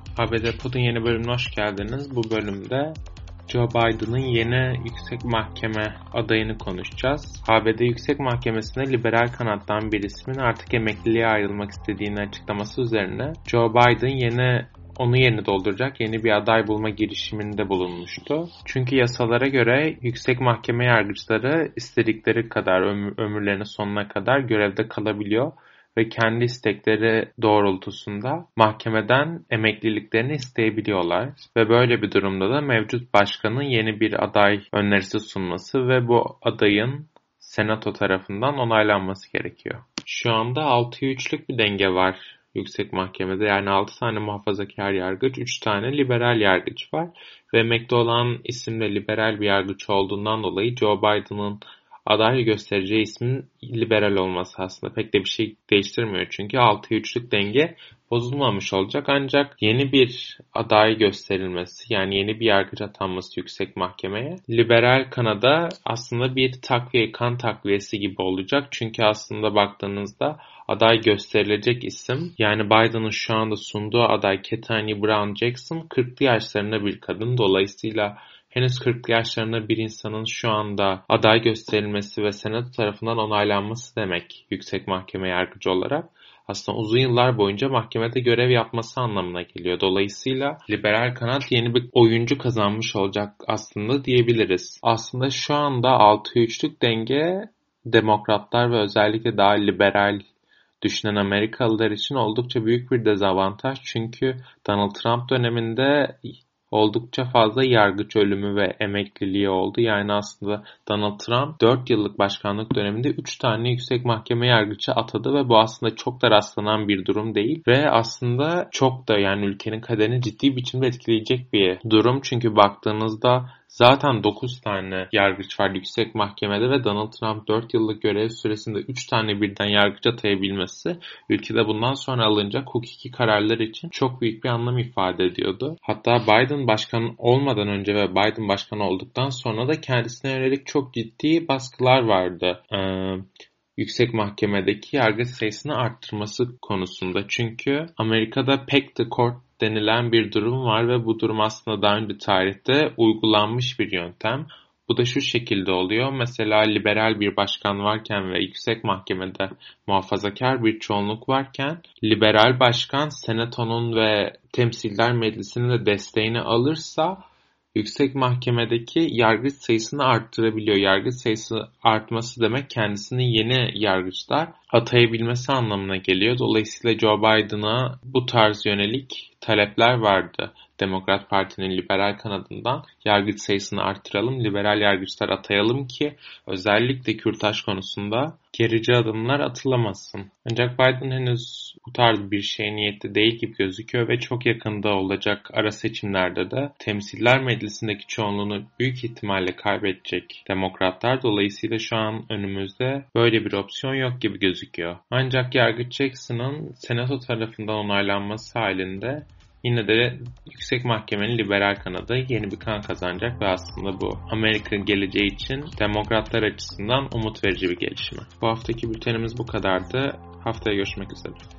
ABD Pod'un yeni bölümüne hoş geldiniz. Bu bölümde Joe Biden'ın yeni yüksek mahkeme adayını konuşacağız. ABD Yüksek Mahkemesi'nde liberal kanattan bir ismin artık emekliliğe ayrılmak istediğini açıklaması üzerine Joe Biden onun yerini dolduracak yeni bir aday bulma girişiminde bulunmuştu. Çünkü yasalara göre yüksek mahkeme yargıçları istedikleri kadar ömürlerinin sonuna kadar görevde kalabiliyor ve kendi istekleri doğrultusunda mahkemeden emekliliklerini isteyebiliyorlar. Ve böyle bir durumda da mevcut başkanın yeni bir aday önerisi sunması ve bu adayın Senato tarafından onaylanması gerekiyor. Şu anda 6'ya 3'lük bir denge var Yüksek Mahkemede. Yani 6 tane muhafazakar yargıç, 3 tane liberal yargıç var. Ve emekli olan isim de liberal bir yargıç olduğundan dolayı Joe Biden'ın aday göstereceği ismin liberal olması aslında pek de bir şey değiştirmiyor. Çünkü 6'ya 3'lük denge bozulmamış olacak. Ancak yeni bir aday gösterilmesi, yani yeni bir yargıç atanması yüksek mahkemeye liberal kanada aslında bir kan takviyesi gibi olacak. Çünkü aslında baktığınızda aday gösterilecek isim, yani Biden'ın şu anda sunduğu aday Ketanji Brown Jackson 40'lı yaşlarında bir kadın. Dolayısıyla henüz 40 yaşlarında bir insanın şu anda aday gösterilmesi ve Senato tarafından onaylanması demek yüksek mahkeme yargıcı olarak aslında uzun yıllar boyunca mahkemede görev yapması anlamına geliyor. Dolayısıyla liberal kanat yeni bir oyuncu kazanmış olacak aslında diyebiliriz. Aslında şu anda 6'ya 3'lük denge demokratlar ve özellikle daha liberal düşünen Amerikalılar için oldukça büyük bir dezavantaj. Çünkü Donald Trump döneminde oldukça fazla yargıç ölümü ve emekliliği oldu. Yani aslında Donald Trump 4 yıllık başkanlık döneminde 3 tane yüksek mahkeme yargıcı atadı ve bu aslında çok da rastlanan bir durum değil. Ve aslında çok da yani ülkenin kaderini ciddi biçimde etkileyecek bir durum. Çünkü baktığınızda zaten 9 tane yargıç var yüksek mahkemede ve Donald Trump 4 yıllık görev süresinde 3 tane birden yargıç atayabilmesi ülkede bundan sonra alınacak hukuki kararlar için çok büyük bir anlam ifade ediyordu. Hatta Biden başkan olmadan önce ve Biden başkan olduktan sonra da kendisine yönelik çok ciddi baskılar vardı. Yüksek mahkemedeki yargıç sayısını arttırması konusunda. Çünkü Amerika'da pack the court denilen bir durum var ve bu durum aslında daha önce tarihte uygulanmış bir yöntem. Bu da şu şekilde oluyor. Mesela liberal bir başkan varken ve yüksek mahkemede muhafazakar bir çoğunluk varken liberal başkan senatonun ve temsiller meclisinin de desteğini alırsa yüksek mahkemedeki yargıç sayısını arttırabiliyor. Yargıç sayısı artması demek kendisini yeni yargıçlar atayabilmesi anlamına geliyor. Dolayısıyla Joe Biden'a bu tarz yönelik talepler vardı. Demokrat Parti'nin liberal kanadından yargıç sayısını artıralım, liberal yargıçlar atayalım ki özellikle kürtaj konusunda gerici adımlar atılamasın. Ancak Biden henüz bu tarz bir şeye niyetli değil gibi gözüküyor ve çok yakında olacak ara seçimlerde de Temsiller Meclisi'ndeki çoğunluğunu büyük ihtimalle kaybedecek demokratlar. Dolayısıyla şu an önümüzde böyle bir opsiyon yok gibi gözüküyor. Ancak Yargıç Jackson'ın Senato tarafından onaylanması halinde yine de yüksek mahkemenin liberal kanadı yeni bir kan kazanacak ve aslında bu Amerika'nın geleceği için demokratlar açısından umut verici bir gelişme. Bu haftaki bültenimiz bu kadardı. Haftaya görüşmek üzere.